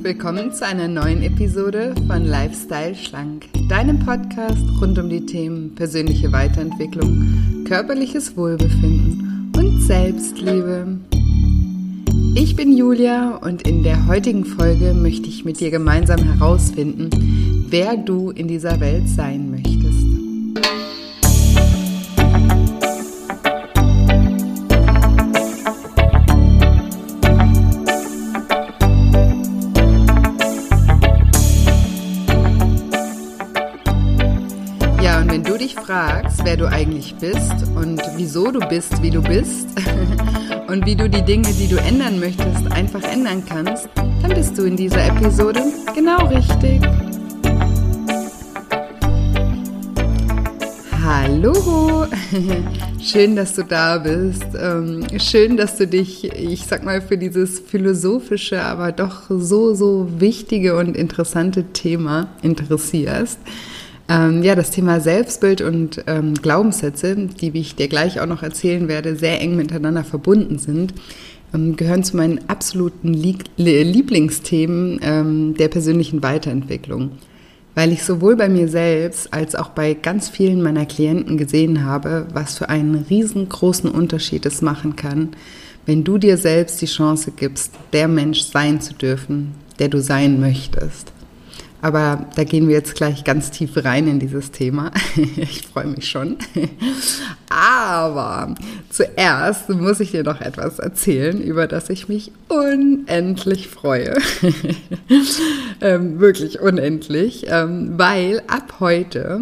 willkommen zu einer neuen Episode von Lifestyle Schlank, deinem Podcast rund um die Themen persönliche Weiterentwicklung, körperliches Wohlbefinden und Selbstliebe. Ich bin Julia und in der heutigen Folge möchte ich mit dir gemeinsam herausfinden, wer du in dieser Welt sein möchtest. Ja, und wenn du dich fragst, wer du eigentlich bist und wieso du bist, wie du bist und wie du die Dinge, die du ändern möchtest, einfach ändern kannst, dann bist du in dieser Episode genau richtig. Hallo, schön, dass du da bist. Schön, dass du dich, ich sag mal, für dieses philosophische, aber doch so wichtige und interessante Thema interessierst. Das Thema Selbstbild und Glaubenssätze, die, wie ich dir gleich auch noch erzählen werde, sehr eng miteinander verbunden sind, gehören zu meinen absoluten Lieblingsthemen der persönlichen Weiterentwicklung. Weil ich sowohl bei mir selbst als auch bei ganz vielen meiner Klienten gesehen habe, was für einen riesengroßen Unterschied es machen kann, wenn du dir selbst die Chance gibst, der Mensch sein zu dürfen, der du sein möchtest. Aber da gehen wir jetzt gleich ganz tief rein in dieses Thema. Ich freue mich schon. Aber zuerst muss ich dir noch etwas erzählen, über das ich mich unendlich freue. Wirklich unendlich, weil ab heute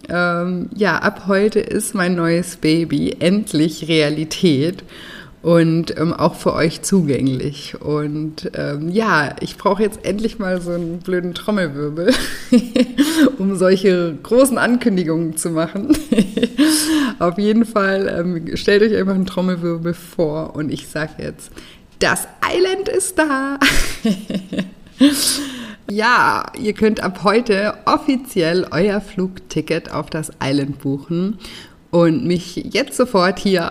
ist mein neues Baby endlich Realität. Und auch für euch zugänglich. Und ich brauche jetzt endlich mal so einen blöden Trommelwirbel, um solche großen Ankündigungen zu machen. Auf jeden Fall stellt euch einfach einen Trommelwirbel vor und ich sage jetzt, das Island ist da. Ja, ihr könnt ab heute offiziell euer Flugticket auf das Island buchen und mich jetzt sofort hier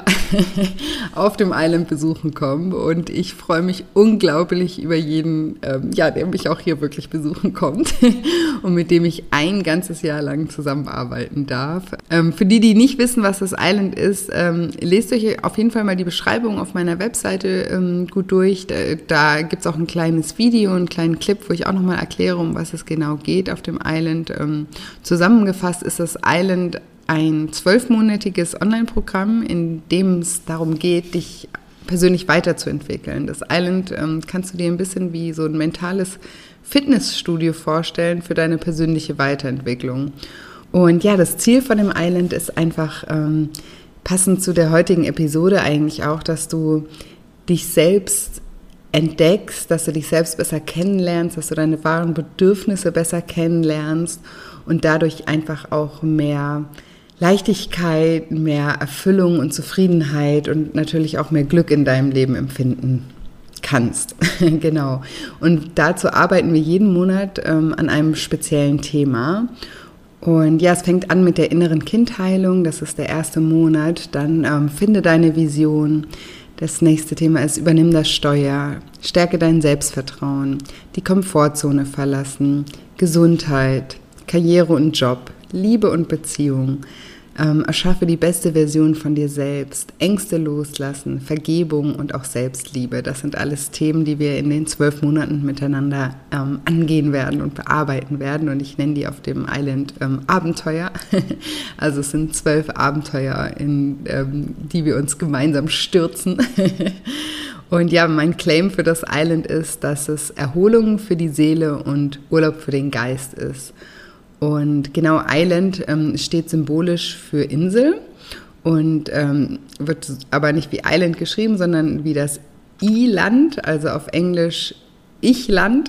auf dem Island besuchen kommen. Und ich freue mich unglaublich über jeden, der mich auch hier wirklich besuchen kommt und mit dem ich ein ganzes Jahr lang zusammenarbeiten darf. Für die nicht wissen, was das Island ist, lest euch auf jeden Fall mal die Beschreibung auf meiner Webseite gut durch. Da gibt es auch ein kleines Video, einen kleinen Clip, wo ich auch nochmal erkläre, um was es genau geht auf dem Island. Zusammengefasst ist das Island ein 12-monatiges Online-Programm, in dem es darum geht, dich persönlich weiterzuentwickeln. Das Island kannst du dir ein bisschen wie so ein mentales Fitnessstudio vorstellen für deine persönliche Weiterentwicklung. Und ja, das Ziel von dem Island ist einfach, passend zu der heutigen Episode eigentlich auch, dass du dich selbst entdeckst, dass du dich selbst besser kennenlernst, dass du deine wahren Bedürfnisse besser kennenlernst und dadurch einfach auch mehr Leichtigkeit, mehr Erfüllung und Zufriedenheit und natürlich auch mehr Glück in deinem Leben empfinden kannst. Genau. Und dazu arbeiten wir jeden Monat an einem speziellen Thema. Und ja, es fängt an mit der inneren Kindheilung, das ist der erste Monat. Dann finde deine Vision. Das nächste Thema ist, übernimm das Steuer, stärke dein Selbstvertrauen, die Komfortzone verlassen, Gesundheit, Karriere und Job, Liebe und Beziehung, erschaffe die beste Version von dir selbst, Ängste loslassen, Vergebung und auch Selbstliebe. Das sind alles Themen, die wir in den 12 Monaten miteinander angehen werden und bearbeiten werden. Und ich nenne die auf dem Island Abenteuer. Also es sind 12 Abenteuer, in die wir uns gemeinsam stürzen. Und ja, mein Claim für das Island ist, dass es Erholung für die Seele und Urlaub für den Geist ist. Und genau, Island steht symbolisch für Insel und wird aber nicht wie Island geschrieben, sondern wie das I-Land, also auf Englisch Ich-Land.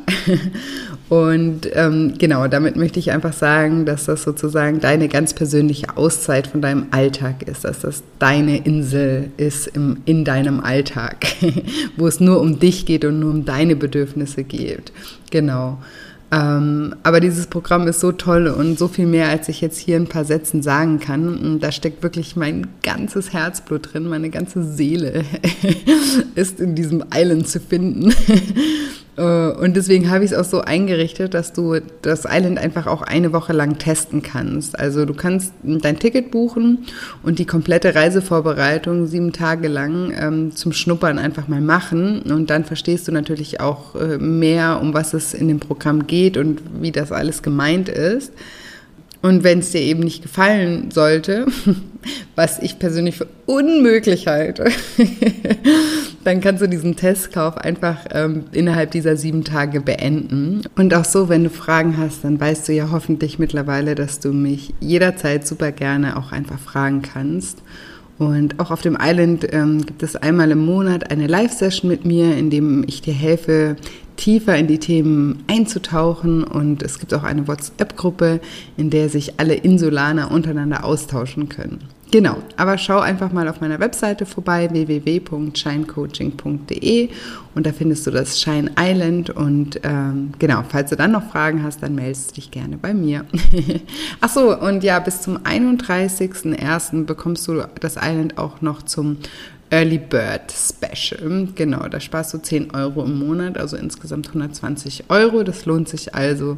Und damit möchte ich einfach sagen, dass das sozusagen deine ganz persönliche Auszeit von deinem Alltag ist, dass das deine Insel ist in deinem Alltag, wo es nur um dich geht und nur um deine Bedürfnisse geht. Genau. Aber dieses Programm ist so toll und so viel mehr, als ich jetzt hier in ein paar Sätzen sagen kann. Und da steckt wirklich mein ganzes Herzblut drin, meine ganze Seele ist in diesem Island zu finden. Und deswegen habe ich es auch so eingerichtet, dass du das Island einfach auch eine Woche lang testen kannst. Also du kannst dein Ticket buchen und die komplette Reisevorbereitung 7 Tage lang zum Schnuppern einfach mal machen. Und dann verstehst du natürlich auch mehr, um was es in dem Programm geht und wie das alles gemeint ist. Und wenn es dir eben nicht gefallen sollte, was ich persönlich für unmöglich halte, dann kannst du diesen Testkauf einfach innerhalb dieser 7 Tage beenden. Und auch so, wenn du Fragen hast, dann weißt du ja hoffentlich mittlerweile, dass du mich jederzeit super gerne auch einfach fragen kannst. Und auch auf dem Island gibt es einmal im Monat eine Live-Session mit mir, in dem ich dir helfe, tiefer in die Themen einzutauchen. Und es gibt auch eine WhatsApp-Gruppe, in der sich alle Insulaner untereinander austauschen können. Genau, aber schau einfach mal auf meiner Webseite vorbei, www.shinecoaching.de, und da findest du das Shine Island. Und genau, falls du dann noch Fragen hast, dann meldest du dich gerne bei mir. Ach so, und ja, bis zum 31.01. bekommst du das Island auch noch zum Early Bird Special. Genau, da sparst du 10 Euro im Monat, also insgesamt 120 Euro. Das lohnt sich also,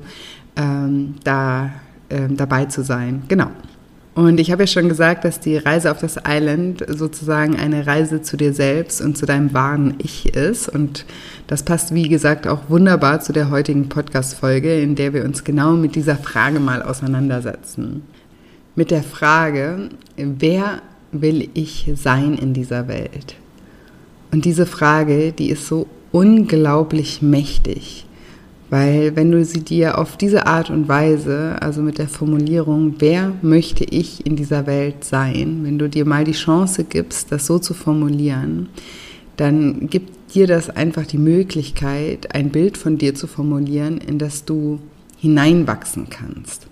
dabei zu sein. Genau. Und ich habe ja schon gesagt, dass die Reise auf das Island sozusagen eine Reise zu dir selbst und zu deinem wahren Ich ist. Und das passt, wie gesagt, auch wunderbar zu der heutigen Podcast-Folge, in der wir uns genau mit dieser Frage mal auseinandersetzen. Mit der Frage, wer will ich sein in dieser Welt? Und diese Frage, die ist so unglaublich mächtig. Weil wenn du sie dir auf diese Art und Weise, also mit der Formulierung, wer möchte ich in dieser Welt sein, wenn du dir mal die Chance gibst, das so zu formulieren, dann gibt dir das einfach die Möglichkeit, ein Bild von dir zu formulieren, in das du hineinwachsen kannst.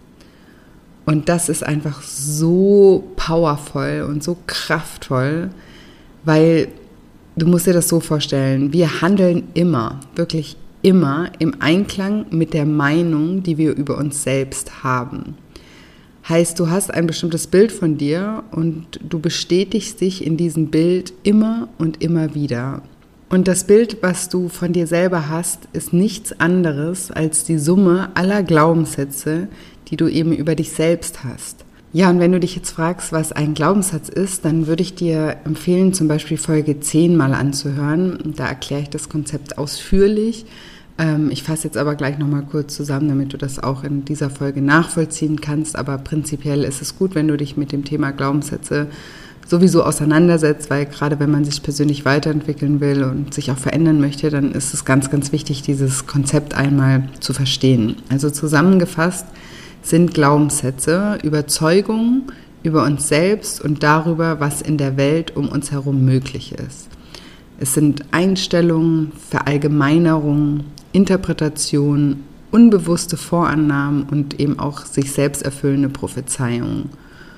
Und das ist einfach so powerful und so kraftvoll, weil du musst dir das so vorstellen, wir handeln immer, wirklich immer im Einklang mit der Meinung, die wir über uns selbst haben. Heißt, du hast ein bestimmtes Bild von dir und du bestätigst dich in diesem Bild immer und immer wieder. Und das Bild, was du von dir selber hast, ist nichts anderes als die Summe aller Glaubenssätze, die du eben über dich selbst hast. Ja, und wenn du dich jetzt fragst, was ein Glaubenssatz ist, dann würde ich dir empfehlen, zum Beispiel Folge 10 mal anzuhören. Da erkläre ich das Konzept ausführlich. Ich fasse jetzt aber gleich nochmal kurz zusammen, damit du das auch in dieser Folge nachvollziehen kannst. Aber prinzipiell ist es gut, wenn du dich mit dem Thema Glaubenssätze sowieso auseinandersetzt, weil gerade wenn man sich persönlich weiterentwickeln will und sich auch verändern möchte, dann ist es ganz, ganz wichtig, dieses Konzept einmal zu verstehen. Also zusammengefasst sind Glaubenssätze Überzeugungen über uns selbst und darüber, was in der Welt um uns herum möglich ist. Es sind Einstellungen, Verallgemeinerungen, Interpretationen, unbewusste Vorannahmen und eben auch sich selbst erfüllende Prophezeiungen.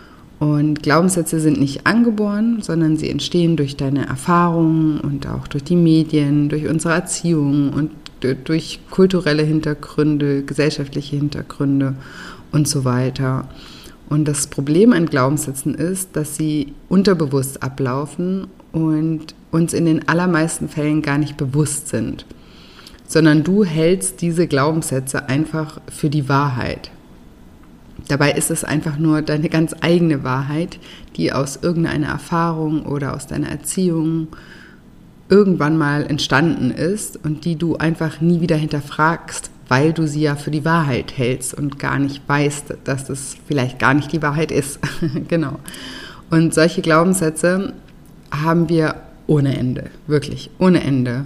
Und Glaubenssätze sind nicht angeboren, sondern sie entstehen durch deine Erfahrungen und auch durch die Medien, durch unsere Erziehung und durch kulturelle Hintergründe, gesellschaftliche Hintergründe und so weiter. Und das Problem an Glaubenssätzen ist, dass sie unterbewusst ablaufen und uns in den allermeisten Fällen gar nicht bewusst sind, sondern du hältst diese Glaubenssätze einfach für die Wahrheit. Dabei ist es einfach nur deine ganz eigene Wahrheit, die aus irgendeiner Erfahrung oder aus deiner Erziehung irgendwann mal entstanden ist und die du einfach nie wieder hinterfragst, weil du sie ja für die Wahrheit hältst und gar nicht weißt, dass das vielleicht gar nicht die Wahrheit ist. Genau. Und solche Glaubenssätze haben wir ohne Ende, wirklich ohne Ende.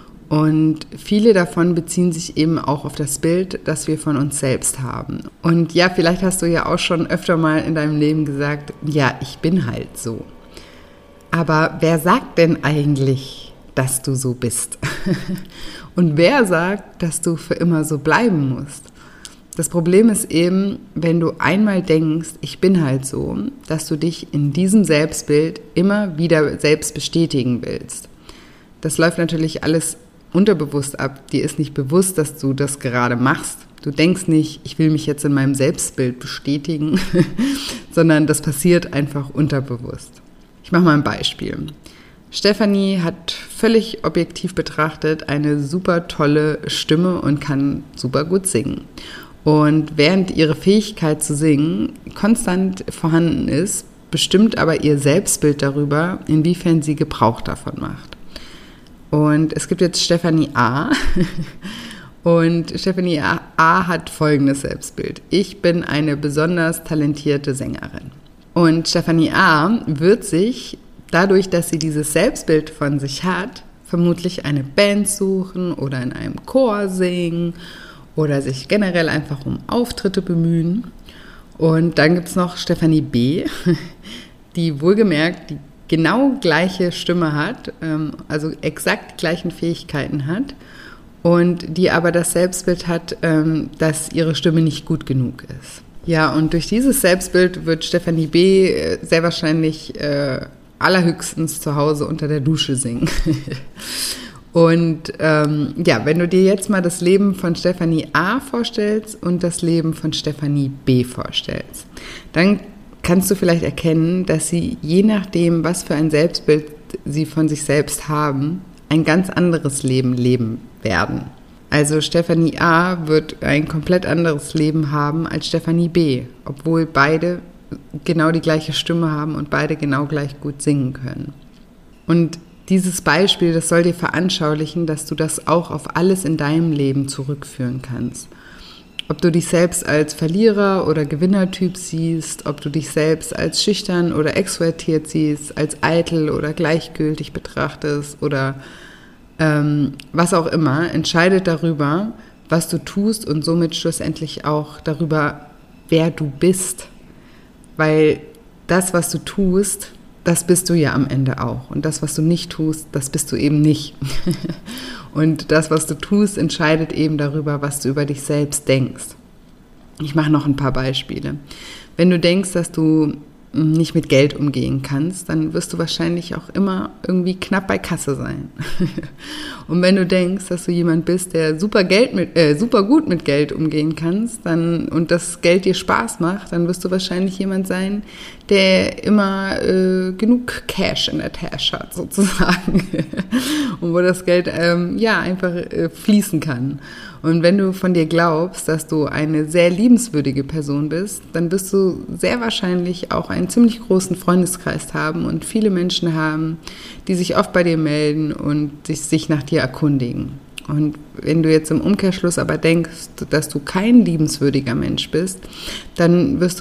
Und viele davon beziehen sich eben auch auf das Bild, das wir von uns selbst haben. Und ja, vielleicht hast du ja auch schon öfter mal in deinem Leben gesagt, ja, ich bin halt so. Aber wer sagt denn eigentlich, dass du so bist? Und wer sagt, dass du für immer so bleiben musst? Das Problem ist eben, wenn du einmal denkst, ich bin halt so, dass du dich in diesem Selbstbild immer wieder selbst bestätigen willst. Das läuft natürlich alles unterbewusst ab. Dir ist nicht bewusst, dass du das gerade machst. Du denkst nicht, ich will mich jetzt in meinem Selbstbild bestätigen, sondern das passiert einfach unterbewusst. Ich mache mal ein Beispiel. Stefanie hat völlig objektiv betrachtet eine super tolle Stimme und kann super gut singen. Und während ihre Fähigkeit zu singen konstant vorhanden ist, bestimmt aber ihr Selbstbild darüber, inwiefern sie Gebrauch davon macht. Und es gibt jetzt Stefanie A. Und Stefanie A. hat folgendes Selbstbild. Ich bin eine besonders talentierte Sängerin. Und Stefanie A. wird sich, dadurch, dass sie dieses Selbstbild von sich hat, vermutlich eine Band suchen oder in einem Chor singen oder sich generell einfach um Auftritte bemühen. Und dann gibt es noch Stefanie B., die wohlgemerkt die genau gleiche Stimme hat, also exakt die gleichen Fähigkeiten hat und die aber das Selbstbild hat, dass ihre Stimme nicht gut genug ist. Ja, und durch dieses Selbstbild wird Stefanie B. sehr wahrscheinlich allerhöchstens zu Hause unter der Dusche singen. Und wenn du dir jetzt mal das Leben von Stefanie A. vorstellst und das Leben von Stefanie B. vorstellst, dann kannst du vielleicht erkennen, dass sie, je nachdem, was für ein Selbstbild sie von sich selbst haben, ein ganz anderes Leben leben werden. Also Stefanie A. wird ein komplett anderes Leben haben als Stefanie B., obwohl beide genau die gleiche Stimme haben und beide genau gleich gut singen können. Und dieses Beispiel, das soll dir veranschaulichen, dass du das auch auf alles in deinem Leben zurückführen kannst. Ob du dich selbst als Verlierer oder Gewinnertyp siehst, ob du dich selbst als schüchtern oder extrovertiert siehst, als eitel oder gleichgültig betrachtest oder was auch immer, entscheidet darüber, was du tust und somit schlussendlich auch darüber, wer du bist. Weil das, was du tust, das bist du ja am Ende auch. Und das, was du nicht tust, das bist du eben nicht. Und das, was du tust, entscheidet eben darüber, was du über dich selbst denkst. Ich mache noch ein paar Beispiele. Wenn du denkst, dass du nicht mit Geld umgehen kannst, dann wirst du wahrscheinlich auch immer irgendwie knapp bei Kasse sein. Und wenn du denkst, dass du jemand bist, der super gut mit Geld umgehen kannst, und das Geld dir Spaß macht, dann wirst du wahrscheinlich jemand sein, der immer genug Cash in der Tasche hat, sozusagen. Und wo das Geld einfach fließen kann. Und wenn du von dir glaubst, dass du eine sehr liebenswürdige Person bist, dann wirst du sehr wahrscheinlich auch einen ziemlich großen Freundeskreis haben und viele Menschen haben, die sich oft bei dir melden und sich nach dir erkundigen. Und wenn du jetzt im Umkehrschluss aber denkst, dass du kein liebenswürdiger Mensch bist, dann wird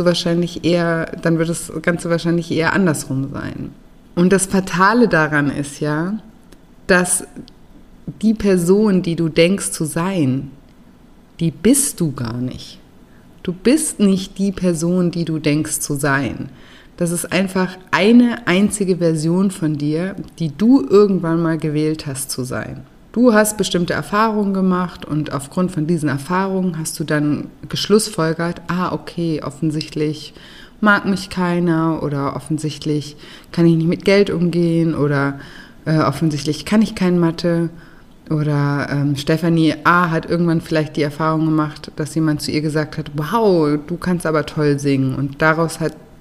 das Ganze wahrscheinlich eher andersrum sein. Und das Fatale daran ist ja, dass die Person, die du denkst zu sein, die bist du gar nicht. Du bist nicht die Person, die du denkst zu sein. Das ist einfach eine einzige Version von dir, die du irgendwann mal gewählt hast zu sein. Du hast bestimmte Erfahrungen gemacht und aufgrund von diesen Erfahrungen hast du dann geschlussfolgert, okay, offensichtlich mag mich keiner oder offensichtlich kann ich nicht mit Geld umgehen oder offensichtlich kann ich kein Mathe. Oder Stefanie A. hat irgendwann vielleicht die Erfahrung gemacht, dass jemand zu ihr gesagt hat, wow, du kannst aber toll singen. Und daraus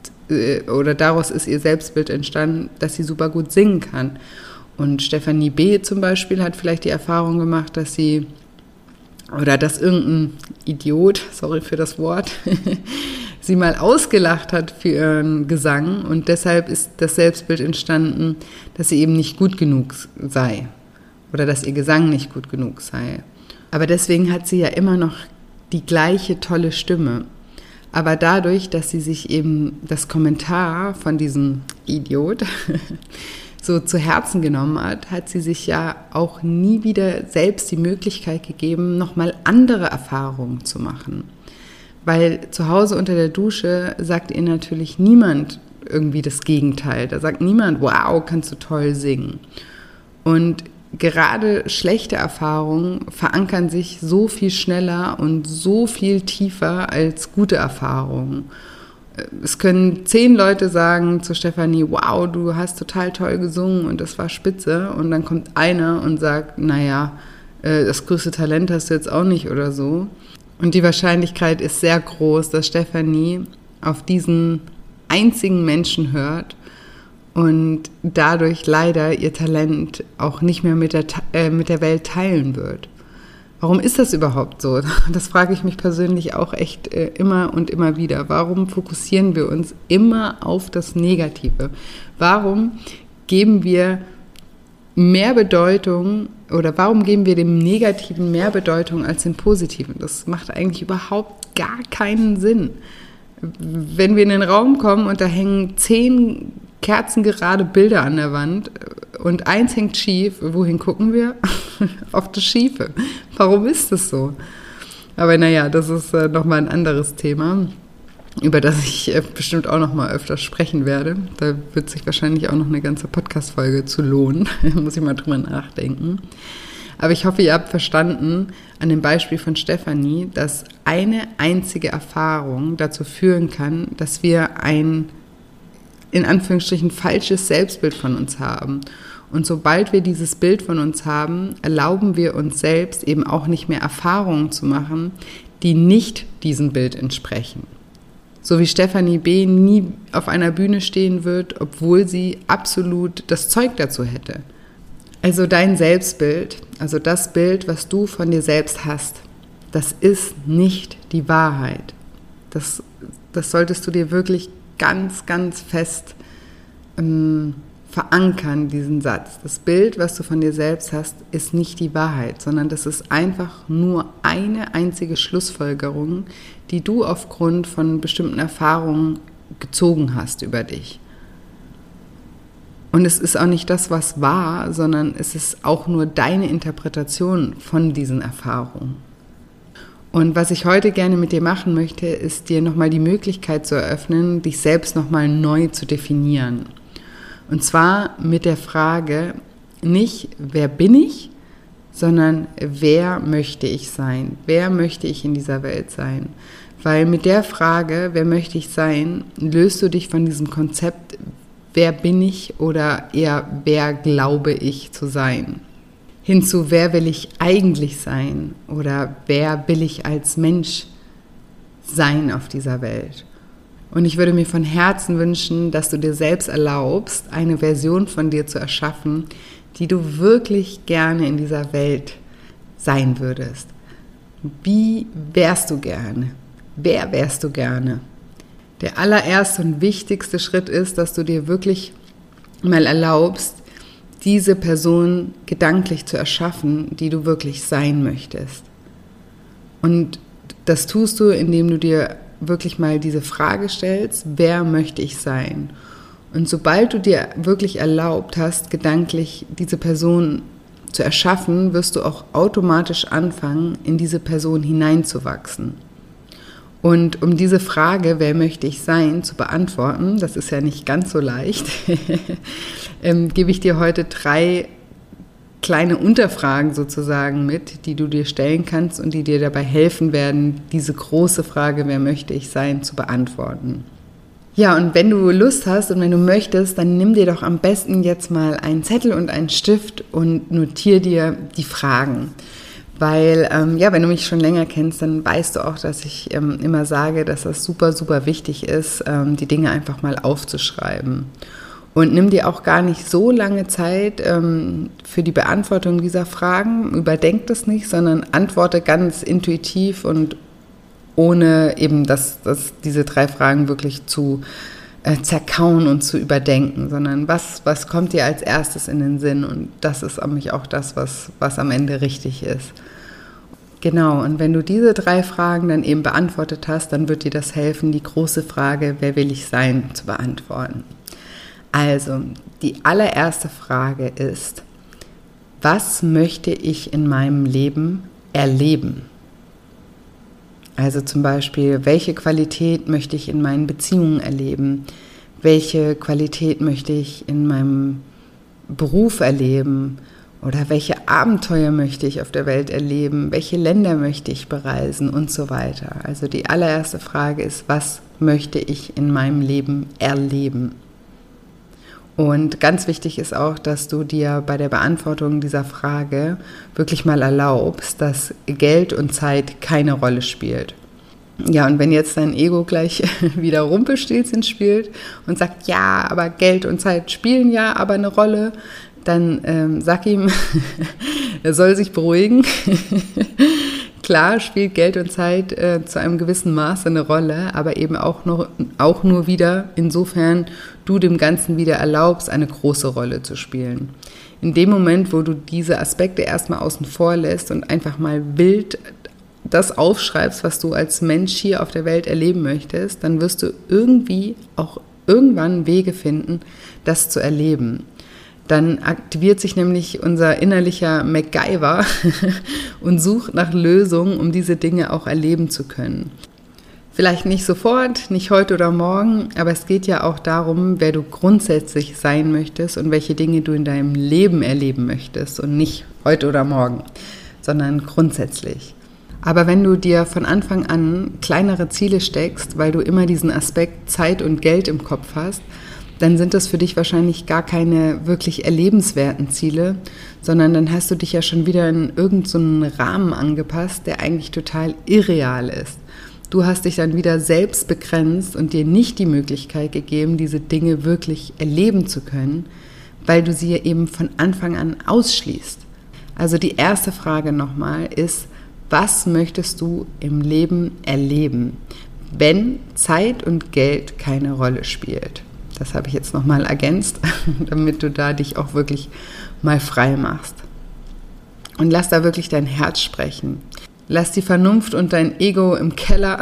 ist ihr Selbstbild entstanden, dass sie super gut singen kann. Und Stefanie B. zum Beispiel hat vielleicht die Erfahrung gemacht, dass irgendein Idiot, sorry für das Wort, sie mal ausgelacht hat für ihren Gesang. Und deshalb ist das Selbstbild entstanden, dass sie eben nicht gut genug sei. Oder dass ihr Gesang nicht gut genug sei. Aber deswegen hat sie ja immer noch die gleiche tolle Stimme. Aber dadurch, dass sie sich eben das Kommentar von diesem Idiot so zu Herzen genommen hat, hat sie sich ja auch nie wieder selbst die Möglichkeit gegeben, nochmal andere Erfahrungen zu machen. Weil zu Hause unter der Dusche sagt ihr natürlich niemand irgendwie das Gegenteil. Da sagt niemand, wow, kannst du toll singen. Und gerade schlechte Erfahrungen verankern sich so viel schneller und so viel tiefer als gute Erfahrungen. Es können 10 Leute sagen zu Stefanie, wow, du hast total toll gesungen und das war spitze. Und dann kommt einer und sagt, das größte Talent hast du jetzt auch nicht oder so. Und die Wahrscheinlichkeit ist sehr groß, dass Stefanie auf diesen einzigen Menschen hört und dadurch leider ihr Talent auch nicht mehr mit der Welt teilen wird. Warum ist das überhaupt so? Das frage ich mich persönlich auch echt immer und immer wieder. Warum fokussieren wir uns immer auf das Negative? Warum geben wir mehr Bedeutung oder warum geben wir dem Negativen mehr Bedeutung als dem Positiven? Das macht eigentlich überhaupt gar keinen Sinn. Wenn wir in den Raum kommen und da hängen 10 kerzengerade Bilder an der Wand und eins hängt schief, wohin gucken wir? Auf das Schiefe. Warum ist das so? Aber naja, das ist nochmal ein anderes Thema, über das ich bestimmt auch nochmal öfter sprechen werde. Da wird sich wahrscheinlich auch noch eine ganze Podcast-Folge zu lohnen. Da muss ich mal drüber nachdenken. Aber ich hoffe, ihr habt verstanden an dem Beispiel von Stefanie, dass eine einzige Erfahrung dazu führen kann, dass wir ein in Anführungsstrichen falsches Selbstbild von uns haben. Und sobald wir dieses Bild von uns haben, erlauben wir uns selbst eben auch nicht mehr Erfahrungen zu machen, die nicht diesem Bild entsprechen. So wie Stefanie B. nie auf einer Bühne stehen wird, obwohl sie absolut das Zeug dazu hätte. Also dein Selbstbild, also das Bild, was du von dir selbst hast, das ist nicht die Wahrheit. Das solltest du dir wirklich ganz, ganz fest verankern, diesen Satz. Das Bild, was du von dir selbst hast, ist nicht die Wahrheit, sondern das ist einfach nur eine einzige Schlussfolgerung, die du aufgrund von bestimmten Erfahrungen gezogen hast über dich. Und es ist auch nicht das, was war, sondern es ist auch nur deine Interpretation von diesen Erfahrungen. Und was ich heute gerne mit dir machen möchte, ist dir nochmal die Möglichkeit zu eröffnen, dich selbst nochmal neu zu definieren. Und zwar mit der Frage, nicht wer bin ich, sondern wer möchte ich sein? Wer möchte ich in dieser Welt sein? Weil mit der Frage, wer möchte ich sein, löst du dich von diesem Konzept, wer bin ich oder eher wer glaube ich zu sein? Hinzu, wer will ich eigentlich sein oder wer will ich als Mensch sein auf dieser Welt? Und ich würde mir von Herzen wünschen, dass du dir selbst erlaubst, eine Version von dir zu erschaffen, die du wirklich gerne in dieser Welt sein würdest. Wie wärst du gerne? Wer wärst du gerne? Der allererste und wichtigste Schritt ist, dass du dir wirklich mal erlaubst, diese Person gedanklich zu erschaffen, die du wirklich sein möchtest. Und das tust du, indem du dir wirklich mal diese Frage stellst, wer möchte ich sein? Und sobald du dir wirklich erlaubt hast, gedanklich diese Person zu erschaffen, wirst du auch automatisch anfangen, in diese Person hineinzuwachsen. Und um diese Frage, wer möchte ich sein, zu beantworten, das ist ja nicht ganz so leicht, gebe ich dir heute 3 kleine Unterfragen sozusagen mit, die du dir stellen kannst und die dir dabei helfen werden, diese große Frage, wer möchte ich sein, zu beantworten. Ja, und wenn du Lust hast und wenn du möchtest, dann nimm dir doch am besten jetzt mal einen Zettel und einen Stift und notiere dir die Fragen. Weil, wenn du mich schon länger kennst, dann weißt du auch, dass ich immer sage, dass das super, super wichtig ist, die Dinge einfach mal aufzuschreiben. Und nimm dir auch gar nicht so lange Zeit für die Beantwortung dieser Fragen. Überdenk das nicht, sondern antworte ganz intuitiv und ohne eben diese 3 Fragen wirklich zu zerkauen und zu überdenken, sondern was kommt dir als erstes in den Sinn? Und das ist nämlich auch das, was am Ende richtig ist. Genau, und wenn du diese 3 Fragen dann eben beantwortet hast, dann wird dir das helfen, die große Frage, wer will ich sein, zu beantworten. Also, die allererste Frage ist, was möchte ich in meinem Leben erleben? Also zum Beispiel, welche Qualität möchte ich in meinen Beziehungen erleben? Welche Qualität möchte ich in meinem Beruf erleben? Oder welche Abenteuer möchte ich auf der Welt erleben? Welche Länder möchte ich bereisen und so weiter? Also die allererste Frage ist, was möchte ich in meinem Leben erleben? Und ganz wichtig ist auch, dass du dir bei der Beantwortung dieser Frage wirklich mal erlaubst, dass Geld und Zeit keine Rolle spielt. Ja, und wenn jetzt dein Ego gleich wieder Rumpelstilzchen spielt und sagt, ja, aber Geld und Zeit spielen ja aber eine Rolle, dann sag ihm, er soll sich beruhigen. Klar spielt Geld und Zeit zu einem gewissen Maße eine Rolle, aber eben auch nur wieder, insofern du dem Ganzen wieder erlaubst, eine große Rolle zu spielen. In dem Moment, wo du diese Aspekte erstmal außen vor lässt und einfach mal wild das aufschreibst, was du als Mensch hier auf der Welt erleben möchtest, dann wirst du irgendwie auch irgendwann Wege finden, das zu erleben. Dann aktiviert sich nämlich unser innerlicher MacGyver und sucht nach Lösungen, um diese Dinge auch erleben zu können. Vielleicht nicht sofort, nicht heute oder morgen, aber es geht ja auch darum, wer du grundsätzlich sein möchtest und welche Dinge du in deinem Leben erleben möchtest und nicht heute oder morgen, sondern grundsätzlich. Aber wenn du dir von Anfang an kleinere Ziele steckst, weil du immer diesen Aspekt Zeit und Geld im Kopf hast, dann sind das für dich wahrscheinlich gar keine wirklich erlebenswerten Ziele, sondern dann hast du dich ja schon wieder in irgendeinen Rahmen angepasst, der eigentlich total irreal ist. Du hast dich dann wieder selbst begrenzt und dir nicht die Möglichkeit gegeben, diese Dinge wirklich erleben zu können, weil du sie eben von Anfang an ausschließt. Also die erste Frage nochmal ist, was möchtest du im Leben erleben, wenn Zeit und Geld keine Rolle spielt? Das habe ich jetzt nochmal ergänzt, damit du da dich auch wirklich mal frei machst. Und lass da wirklich dein Herz sprechen. Lass die Vernunft und dein Ego im Keller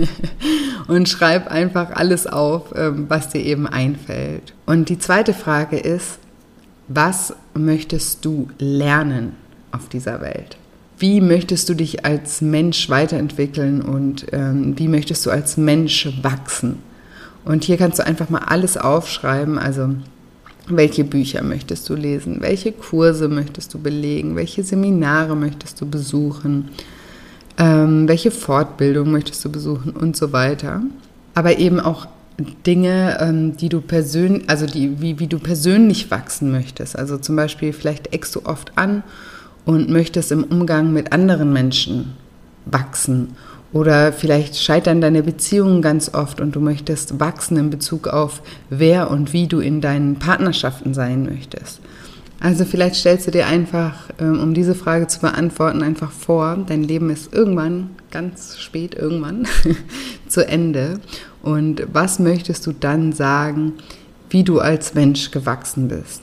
und schreib einfach alles auf, was dir eben einfällt. Und die zweite Frage ist, was möchtest du lernen auf dieser Welt? Wie möchtest du dich als Mensch weiterentwickeln und wie möchtest du als Mensch wachsen? Und hier kannst du einfach mal alles aufschreiben, also welche Bücher möchtest du lesen, welche Kurse möchtest du belegen, welche Seminare möchtest du besuchen, welche Fortbildung möchtest du besuchen und so weiter. Aber eben auch Dinge, wie du persönlich wachsen möchtest. Also zum Beispiel, vielleicht eckst du oft an und möchtest im Umgang mit anderen Menschen wachsen. Oder vielleicht scheitern deine Beziehungen ganz oft und du möchtest wachsen in Bezug auf, wer und wie du in deinen Partnerschaften sein möchtest. Also vielleicht stellst du dir einfach, um diese Frage zu beantworten, einfach vor, dein Leben ist irgendwann, ganz spät irgendwann, zu Ende. Und was möchtest du dann sagen, wie du als Mensch gewachsen bist?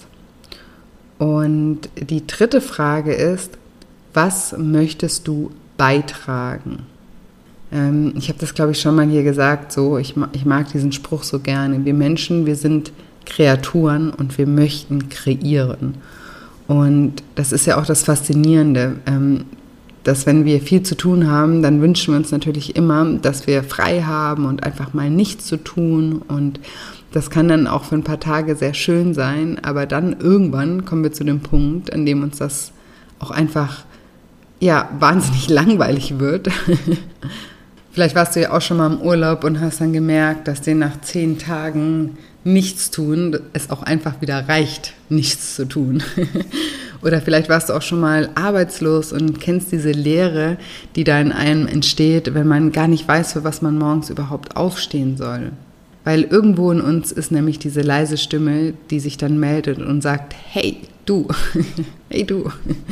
Und die dritte Frage ist, was möchtest du beitragen? Ich habe das, glaube ich, schon mal hier gesagt, so, ich mag diesen Spruch so gerne. Wir Menschen, wir sind Kreaturen und wir möchten kreieren. Und das ist ja auch das Faszinierende, dass wenn wir viel zu tun haben, dann wünschen wir uns natürlich immer, dass wir frei haben und einfach mal nichts zu tun. Und das kann dann auch für ein paar Tage sehr schön sein, aber dann irgendwann kommen wir zu dem Punkt, an dem uns das auch einfach wahnsinnig langweilig wird. Vielleicht warst du ja auch schon mal im Urlaub und hast dann gemerkt, dass dir nach 10 Tagen nichts tun, es auch einfach wieder reicht, nichts zu tun. Oder vielleicht warst du auch schon mal arbeitslos und kennst diese Leere, die da in einem entsteht, wenn man gar nicht weiß, für was man morgens überhaupt aufstehen soll. Weil irgendwo in uns ist nämlich diese leise Stimme, die sich dann meldet und sagt, hey du, hey du,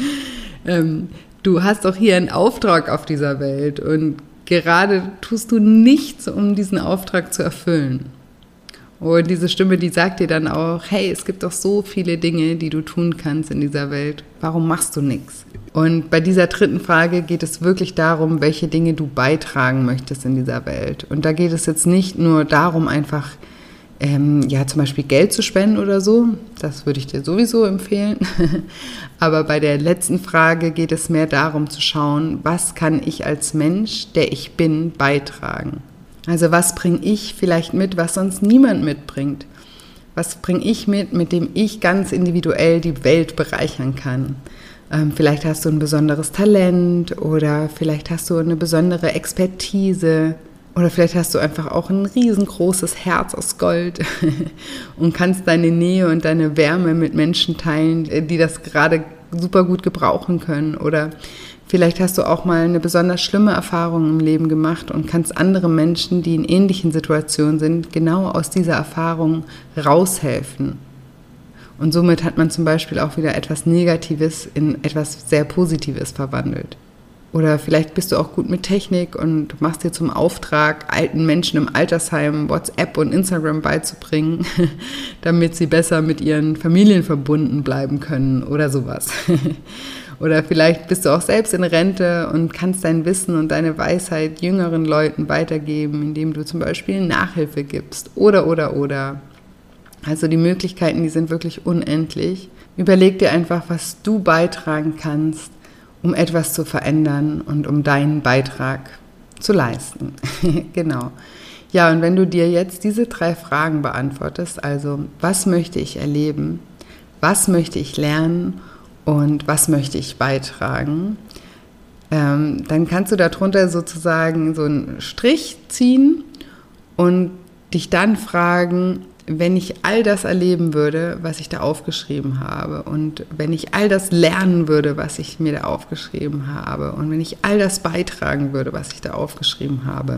du hast doch hier einen Auftrag auf dieser Welt und gerade tust du nichts, um diesen Auftrag zu erfüllen. Und diese Stimme, die sagt dir dann auch, hey, es gibt doch so viele Dinge, die du tun kannst in dieser Welt. Warum machst du nichts? Und bei dieser dritten Frage geht es wirklich darum, welche Dinge du beitragen möchtest in dieser Welt. Und da geht es jetzt nicht nur darum, einfach zum Beispiel Geld zu spenden oder so. Das würde ich dir sowieso empfehlen. Aber bei der letzten Frage geht es mehr darum zu schauen, was kann ich als Mensch, der ich bin, beitragen? Also was bringe ich vielleicht mit, was sonst niemand mitbringt? Was bringe ich mit dem ich ganz individuell die Welt bereichern kann? Vielleicht hast du ein besonderes Talent oder vielleicht hast du eine besondere Expertise oder vielleicht hast du einfach auch ein riesengroßes Herz aus Gold und kannst deine Nähe und deine Wärme mit Menschen teilen, die das gerade super gut gebrauchen können. Oder Vielleicht hast du auch mal eine besonders schlimme Erfahrung im Leben gemacht und kannst andere Menschen, die in ähnlichen Situationen sind, genau aus dieser Erfahrung raushelfen. Und somit hat man zum Beispiel auch wieder etwas Negatives in etwas sehr Positives verwandelt. Oder vielleicht bist du auch gut mit Technik und machst dir zum Auftrag, alten Menschen im Altersheim WhatsApp und Instagram beizubringen, damit sie besser mit ihren Familien verbunden bleiben können oder sowas. Oder vielleicht bist du auch selbst in Rente und kannst dein Wissen und deine Weisheit jüngeren Leuten weitergeben, indem du zum Beispiel Nachhilfe gibst. Oder. Also die Möglichkeiten, die sind wirklich unendlich. Überleg dir einfach, was du beitragen kannst, um etwas zu verändern und um deinen Beitrag zu leisten. Genau. Ja, und wenn du dir jetzt diese 3 Fragen beantwortest, also was möchte ich erleben, was möchte ich lernen und was möchte ich beitragen, dann kannst du darunter sozusagen so einen Strich ziehen und dich dann fragen, wenn ich all das erleben würde, was ich da aufgeschrieben habe und wenn ich all das lernen würde, was ich mir da aufgeschrieben habe und wenn ich all das beitragen würde, was ich da aufgeschrieben habe,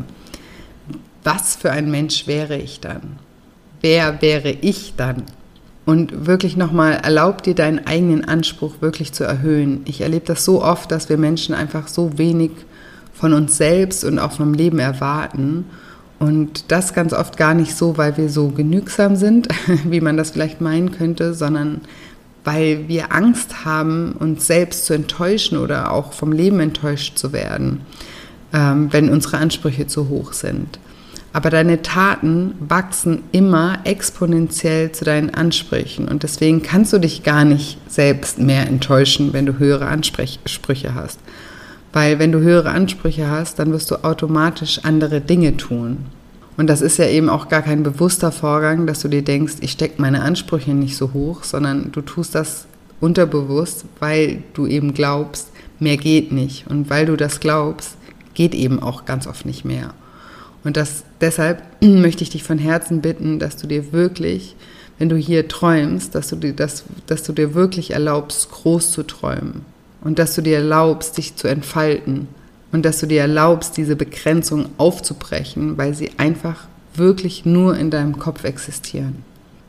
was für ein Mensch wäre ich dann? Wer wäre ich dann? Und wirklich nochmal, erlaub dir deinen eigenen Anspruch wirklich zu erhöhen. Ich erlebe das so oft, dass wir Menschen einfach so wenig von uns selbst und auch vom Leben erwarten. Und das ganz oft gar nicht so, weil wir so genügsam sind, wie man das vielleicht meinen könnte, sondern weil wir Angst haben, uns selbst zu enttäuschen oder auch vom Leben enttäuscht zu werden, wenn unsere Ansprüche zu hoch sind. Aber deine Taten wachsen immer exponentiell zu deinen Ansprüchen und deswegen kannst du dich gar nicht selbst mehr enttäuschen, wenn du höhere Ansprüche hast. Weil wenn du höhere Ansprüche hast, dann wirst du automatisch andere Dinge tun. Und das ist ja eben auch gar kein bewusster Vorgang, dass du dir denkst, ich stecke meine Ansprüche nicht so hoch, sondern du tust das unterbewusst, weil du eben glaubst, mehr geht nicht. Und weil du das glaubst, geht eben auch ganz oft nicht mehr. Und deshalb möchte ich dich von Herzen bitten, dass du dir wirklich, wenn du hier träumst, dass du dir wirklich erlaubst, groß zu träumen. Und dass du dir erlaubst, dich zu entfalten und dass du dir erlaubst, diese Begrenzung aufzubrechen, weil sie einfach wirklich nur in deinem Kopf existieren.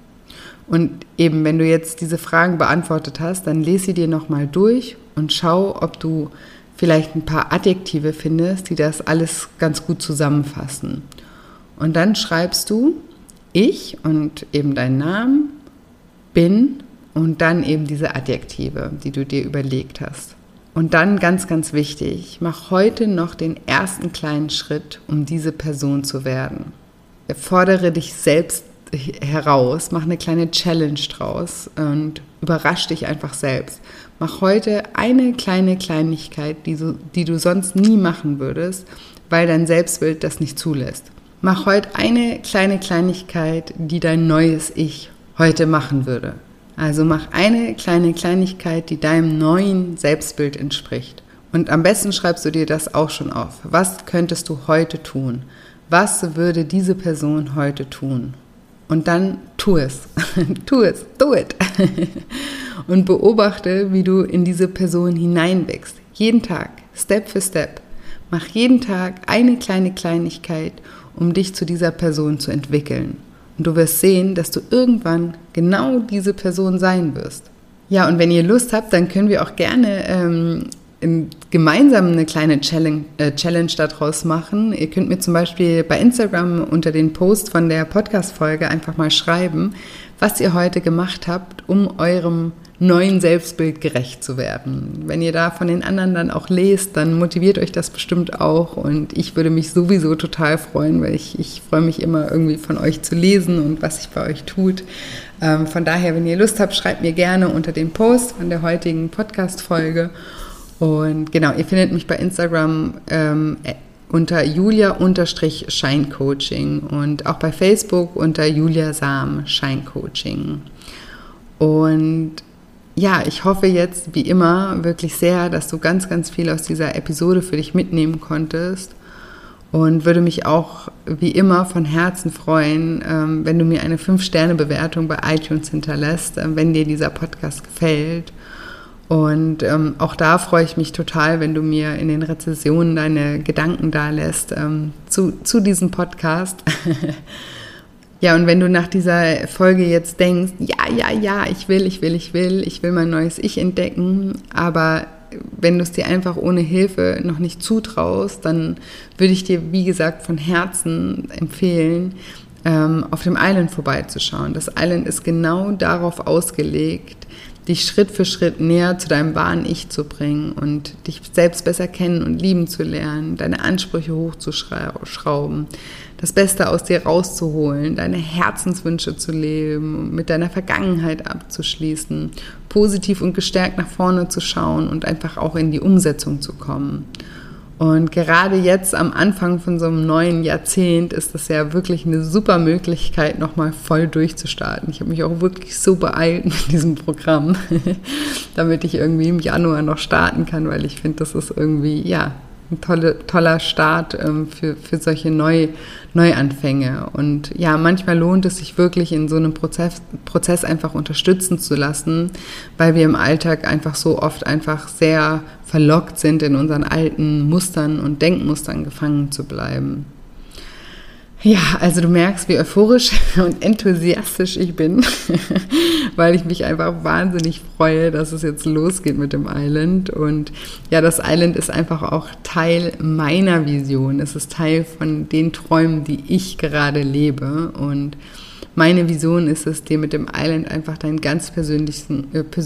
Und eben, wenn du jetzt diese Fragen beantwortet hast, dann lese sie dir nochmal durch und schau, ob du vielleicht ein paar Adjektive findest, die das alles ganz gut zusammenfassen. Und dann schreibst du ich und eben deinen Namen, bin und dann eben diese Adjektive, die du dir überlegt hast. Und dann ganz, ganz wichtig, mach heute noch den ersten kleinen Schritt, um diese Person zu werden. Fordere dich selbst heraus, mach eine kleine Challenge draus und überrasch dich einfach selbst. Mach heute eine kleine Kleinigkeit, die du sonst nie machen würdest, weil dein Selbstbild das nicht zulässt. Mach heute eine kleine Kleinigkeit, die dein neues Ich heute machen würde. Also mach eine kleine Kleinigkeit, die deinem neuen Selbstbild entspricht. Und am besten schreibst du dir das auch schon auf. Was könntest du heute tun? Was würde diese Person heute tun? Und dann tu es. Tu es. Do it. Und beobachte, wie du in diese Person hineinwächst. Jeden Tag, Step für Step. Mach jeden Tag eine kleine Kleinigkeit, um dich zu dieser Person zu entwickeln. Und du wirst sehen, dass du irgendwann genau diese Person sein wirst. Ja, und wenn ihr Lust habt, dann können wir auch gerne gemeinsam eine kleine Challenge daraus machen. Ihr könnt mir zum Beispiel bei Instagram unter den Post von der Podcast-Folge einfach mal schreiben, was ihr heute gemacht habt, um eurem neuen Selbstbild gerecht zu werden. Wenn ihr da von den anderen dann auch lest, dann motiviert euch das bestimmt auch und ich würde mich sowieso total freuen, weil ich freue mich immer irgendwie von euch zu lesen und was sich bei euch tut. Von daher, wenn ihr Lust habt, schreibt mir gerne unter den Post von der heutigen Podcast-Folge und genau, ihr findet mich bei Instagram unter Julia_Scheincoaching und auch bei Facebook unter Julia Sam Scheincoaching. Und ja, ich hoffe jetzt wie immer wirklich sehr, dass du ganz, ganz viel aus dieser Episode für dich mitnehmen konntest und würde mich auch wie immer von Herzen freuen, wenn du mir eine 5-Sterne-Bewertung bei iTunes hinterlässt, wenn dir dieser Podcast gefällt. Und auch da freue ich mich total, wenn du mir in den Rezensionen deine Gedanken dalässt zu diesem Podcast. Ja, und wenn du nach dieser Folge jetzt denkst, ja, ich will mein neues Ich entdecken, aber wenn du es dir einfach ohne Hilfe noch nicht zutraust, dann würde ich dir, wie gesagt, von Herzen empfehlen, auf dem Island vorbeizuschauen. Das Island ist genau darauf ausgelegt, dich Schritt für Schritt näher zu deinem wahren Ich zu bringen und dich selbst besser kennen und lieben zu lernen, deine Ansprüche hochzuschrauben, das Beste aus dir rauszuholen, deine Herzenswünsche zu leben, mit deiner Vergangenheit abzuschließen, positiv und gestärkt nach vorne zu schauen und einfach auch in die Umsetzung zu kommen. Und gerade jetzt am Anfang von so einem neuen Jahrzehnt ist das ja wirklich eine super Möglichkeit, nochmal voll durchzustarten. Ich habe mich auch wirklich so beeilt mit diesem Programm, damit ich irgendwie im Januar noch starten kann, weil ich finde, das ist irgendwie, ja, ein toller Start für solche Neuanfänge. Und ja, manchmal lohnt es sich wirklich, in so einem Prozess einfach unterstützen zu lassen, weil wir im Alltag einfach so oft einfach sehr verlockt sind, in unseren alten Mustern und Denkmustern gefangen zu bleiben. Ja, also du merkst, wie euphorisch und enthusiastisch ich bin, weil ich mich einfach wahnsinnig freue, dass es jetzt losgeht mit dem Island. Und ja, das Island ist einfach auch Teil meiner Vision. Es ist Teil von den Träumen, die ich gerade lebe. Und meine Vision ist es, dir mit dem Island einfach deinen ganz persönlichen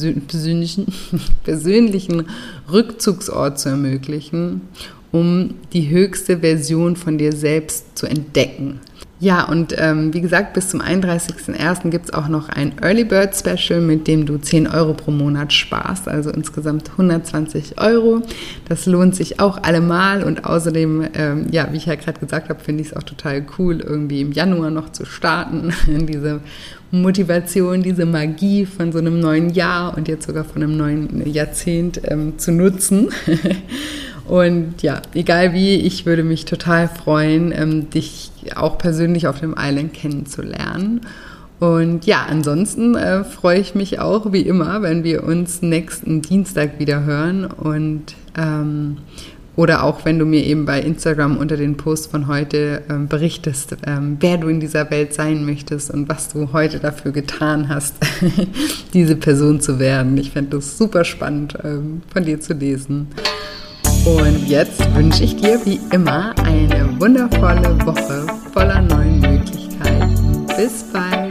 Rückzugsort zu ermöglichen, um die höchste Version von dir selbst zu entdecken. Ja, und wie gesagt, bis zum 31.01. gibt es auch noch ein Early Bird Special, mit dem du 10 Euro pro Monat sparst, also insgesamt 120 Euro. Das lohnt sich auch allemal und außerdem, ja, wie ich ja gerade gesagt habe, finde ich es auch total cool, irgendwie im Januar noch zu starten, diese Motivation, diese Magie von so einem neuen Jahr und jetzt sogar von einem neuen Jahrzehnt zu nutzen. Und ja, egal wie, ich würde mich total freuen, dich auch persönlich auf dem Island kennenzulernen. Und ja, ansonsten freue ich mich auch wie immer, wenn wir uns nächsten Dienstag wieder hören und oder auch wenn du mir eben bei Instagram unter den Post von heute berichtest, wer du in dieser Welt sein möchtest und was du heute dafür getan hast, diese Person zu werden. Ich fände das super spannend, von dir zu lesen. Und jetzt wünsche ich dir wie immer eine wundervolle Woche voller neuen Möglichkeiten. Bis bald!